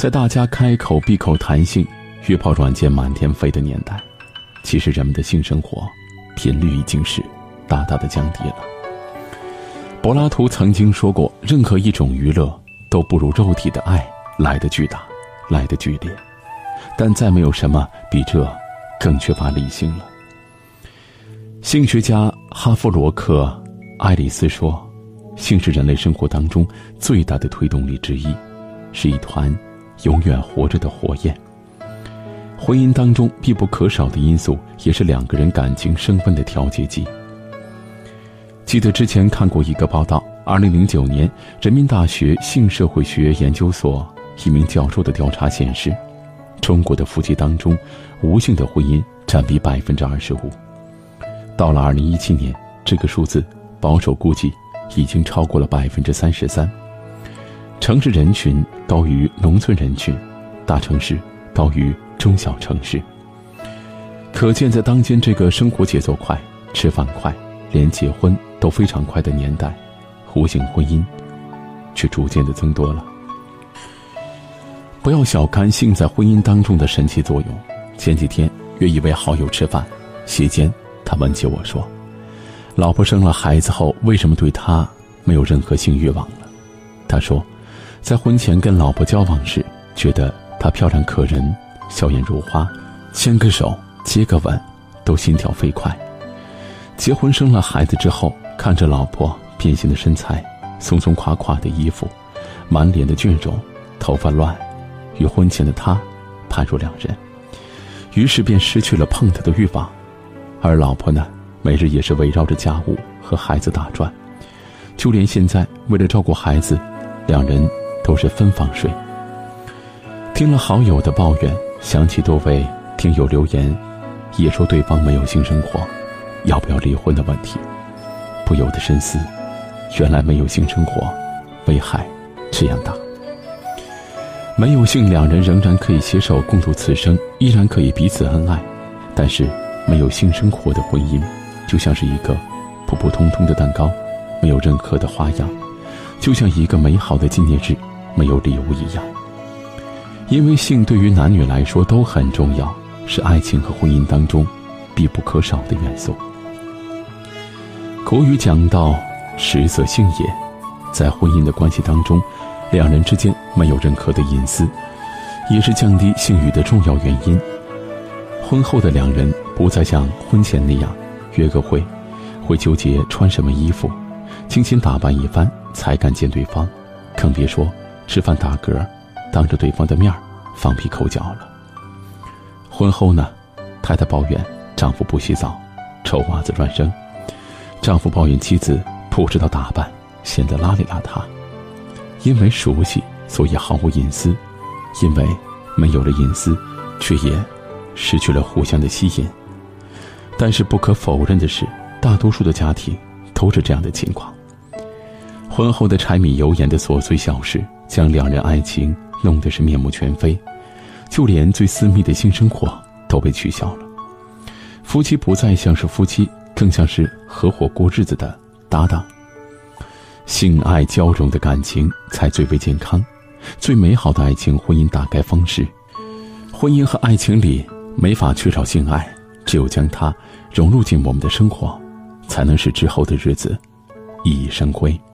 在大家开口闭口谈性、约炮软件满天飞的年代，其实人们的性生活频率已经是大大的降低了。柏拉图曾经说过，任何一种娱乐都不如肉体的爱来得巨大，来得剧烈，但再没有什么比这更缺乏理性了。性学家哈夫罗克·爱丽丝说，性是人类生活当中最大的推动力之一，是一团永远活着的火焰。婚姻当中必不可少的因素，也是两个人感情升温的调节剂。记得之前看过一个报道，2009年人民大学性社会学研究所一名教授的调查显示，中国的夫妻当中无性的婚姻占比25%。到了2017年，这个数字保守估计已经超过了33%。城市人群高于农村人群，大城市高于中小城市。可见在当今这个生活节奏快、吃饭快、连结婚都非常快的年代，无性婚姻却逐渐的增多了。不要小看性在婚姻当中的神奇作用。前几天约一位好友吃饭，席间他问起我说，老婆生了孩子后为什么对他没有任何性欲望了？他说，在婚前跟老婆交往时，觉得她漂亮可人，笑颜如花，牵个手接个吻都心跳飞快。结婚生了孩子之后，看着老婆变形的身材，松松垮垮的衣服，满脸的倦容，头发乱，与婚前的他判若两人，于是便失去了碰她的欲望。而老婆呢，每日也是围绕着家务和孩子打转，就连现在为了照顾孩子，两人都是分房睡。听了好友的抱怨，想起多位听友留言也说对方没有性生活，要不要离婚的问题，不由得深思，原来没有性生活危害这样大。没有性，两人仍然可以携手共度此生，依然可以彼此恩爱，但是没有性生活的婚姻，就像是一个普普通通的蛋糕，没有任何的花样，就像一个美好的纪念日没有礼物一样。因为性对于男女来说都很重要，是爱情和婚姻当中必不可少的元素。古语讲到食色性也，在婚姻的关系当中，两人之间没有任何的隐私，也是降低性欲的重要原因。婚后的两人不再像婚前那样约个会纠结穿什么衣服，精心打扮一番才敢见对方，更别说吃饭打嗝当着对方的面放屁抠脚了。婚后呢，太太抱怨丈夫不洗澡，臭袜子乱扔，丈夫抱怨妻子不知道打扮，显得邋里邋遢。因为熟悉，所以毫无隐私，因为没有了隐私，却也失去了互相的吸引。但是不可否认的是，大多数的家庭都是这样的情况。婚后的柴米油盐的琐碎小事，将两人爱情弄得是面目全非，就连最私密的性生活都被取消了。夫妻不再像是夫妻，更像是合伙过日子的搭档。性爱交融的感情才最为健康，最美好的爱情婚姻打开方式。婚姻和爱情里没法缺少性爱，只有将它融入进我们的生活，才能使之后的日子熠熠生辉。